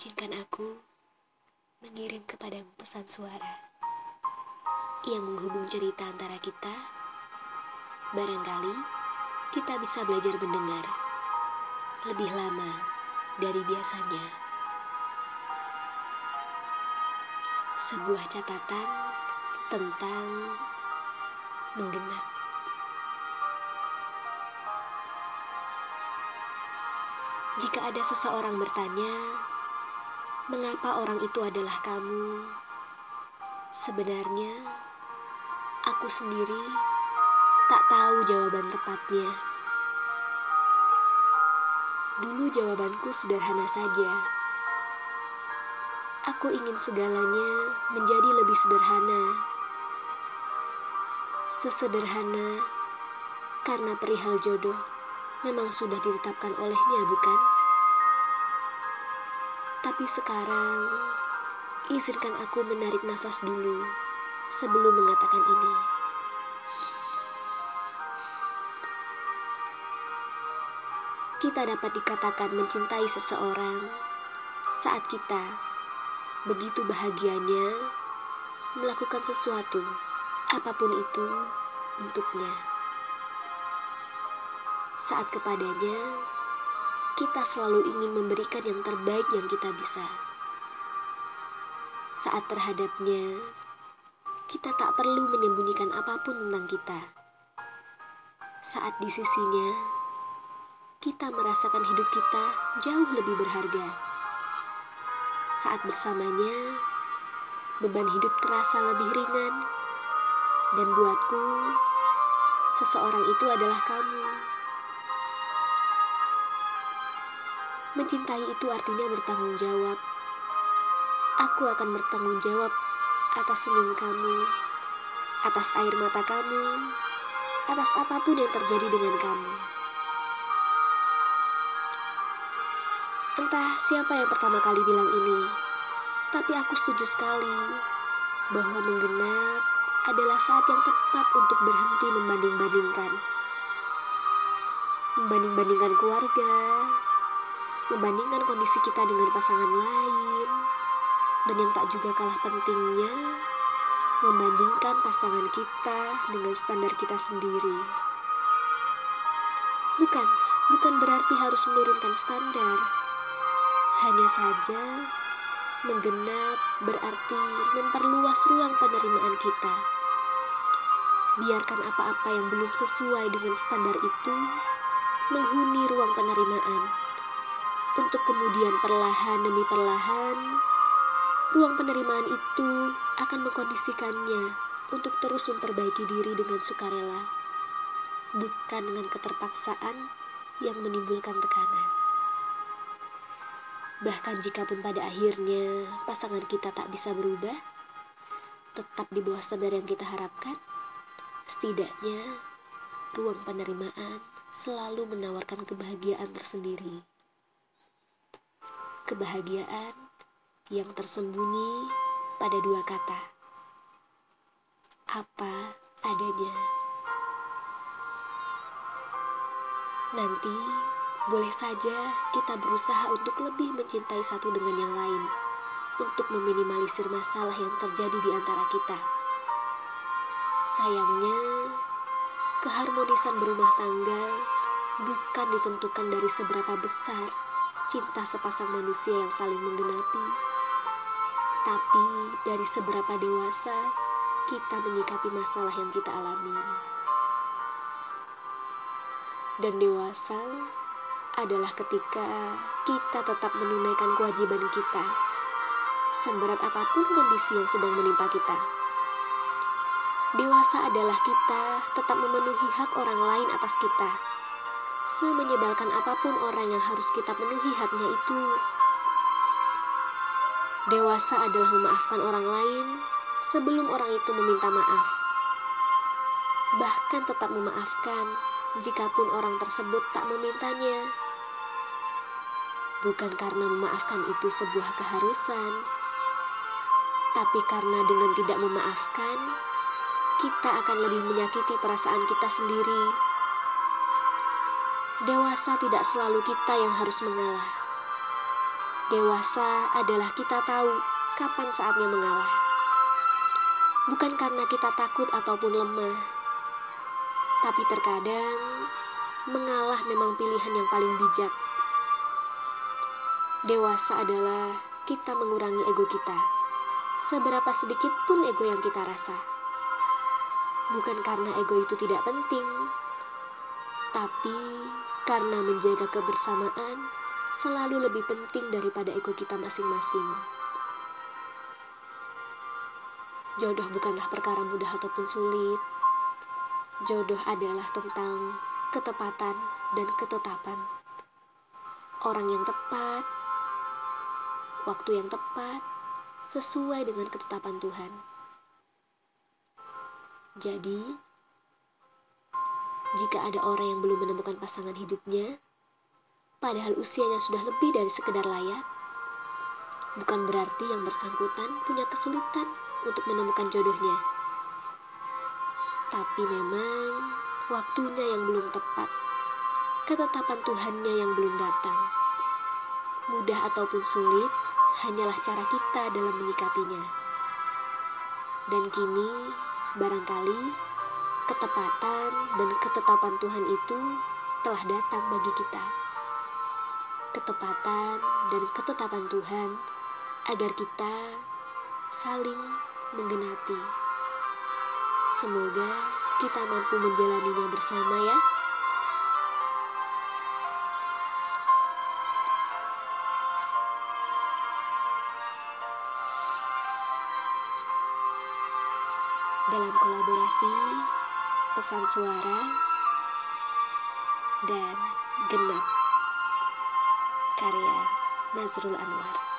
Izinkan aku mengirim kepadamu pesan suara yang menghubung cerita antara kita. Barangkali kita bisa belajar mendengar lebih lama dari biasanya. Sebuah catatan tentang menggenap. Jika ada seseorang bertanya, mengapa orang itu adalah kamu? Sebenarnya, aku sendiri tak tahu jawaban tepatnya. Dulu jawabanku sederhana saja. Aku ingin segalanya menjadi lebih sederhana. Sesederhana karena perihal jodoh memang sudah ditetapkan olehnya, bukan? Tapi sekarang, izinkan aku menarik nafas dulu sebelum mengatakan ini. Kita dapat dikatakan mencintai seseorang saat kita begitu bahagianya melakukan sesuatu, apapun itu, untuknya. Saat kepadanya, kita selalu ingin memberikan yang terbaik yang kita bisa. Saat terhadapnya, kita tak perlu menyembunyikan apapun tentang kita. Saat di sisinya, kita merasakan hidup kita jauh lebih berharga. Saat bersamanya, beban hidup terasa lebih ringan. Dan buatku, seseorang itu adalah kamu. Mencintai itu artinya bertanggung jawab. Aku akan bertanggung jawab atas senyum kamu, atas air mata kamu, atas apapun yang terjadi dengan kamu. Entah siapa yang pertama kali bilang ini, tapi aku setuju sekali bahwa menggenap adalah saat yang tepat untuk berhenti membanding-bandingkan. Membanding-bandingkan keluarga, membandingkan kondisi kita dengan pasangan lain, dan yang tak juga kalah pentingnya, membandingkan pasangan kita dengan standar kita sendiri. Bukan berarti harus menurunkan standar. Hanya saja, menggenap berarti memperluas ruang penerimaan kita. Biarkan apa-apa yang belum sesuai dengan standar itu menghuni ruang penerimaan. Untuk kemudian perlahan demi perlahan, ruang penerimaan itu akan mengkondisikannya untuk terus memperbaiki diri dengan sukarela, bukan dengan keterpaksaan yang menimbulkan tekanan. Bahkan jikapun pada akhirnya pasangan kita tak bisa berubah, tetap di bawah standar yang kita harapkan, setidaknya ruang penerimaan selalu menawarkan kebahagiaan tersendiri. Kebahagiaan yang tersembunyi pada dua kata. Apa adanya. Nanti, boleh saja kita berusaha untuk lebih mencintai satu dengan yang lain, untuk meminimalisir masalah yang terjadi di antara kita. Sayangnya, keharmonisan berumah tangga bukan ditentukan dari seberapa besar cinta sepasang manusia yang saling menggenapi, tapi dari seberapa dewasa kita menyikapi masalah yang kita alami. Dan dewasa adalah ketika kita tetap menunaikan kewajiban kita, seberat apapun kondisi yang sedang menimpa kita. Dewasa adalah kita tetap memenuhi hak orang lain atas kita, semenyebalkan apapun orang yang harus kita penuhi haknya itu. Dewasa adalah memaafkan orang lain sebelum orang itu meminta maaf. Bahkan tetap memaafkan jikapun orang tersebut tak memintanya. Bukan karena memaafkan itu sebuah keharusan, tapi karena dengan tidak memaafkan, kita akan lebih menyakiti perasaan kita sendiri. Dewasa tidak selalu kita yang harus mengalah. Dewasa adalah kita tahu kapan saatnya mengalah. Bukan karena kita takut ataupun lemah, tapi terkadang mengalah memang pilihan yang paling bijak. Dewasa adalah kita mengurangi ego kita, seberapa sedikit pun ego yang kita rasa. Bukan karena ego itu tidak penting, tapi karena menjaga kebersamaan selalu lebih penting daripada ego kita masing-masing. Jodoh bukanlah perkara mudah ataupun sulit. Jodoh adalah tentang ketepatan dan ketetapan. Orang yang tepat, waktu yang tepat, sesuai dengan ketetapan Tuhan. Jadi, jika ada orang yang belum menemukan pasangan hidupnya, padahal usianya sudah lebih dari sekedar layak, bukan berarti yang bersangkutan punya kesulitan untuk menemukan jodohnya. Tapi memang waktunya yang belum tepat, ketetapan Tuhannya yang belum datang. Mudah ataupun sulit, hanyalah cara kita dalam menyikapinya. Dan kini, barangkali ketepatan dan ketetapan Tuhan itu telah datang bagi kita. Ketepatan dan ketetapan Tuhan agar kita saling menggenapi. Semoga kita mampu menjalaninya bersama ya. Dalam kolaborasi pesan suara dan genap karya Nazrul Anwar.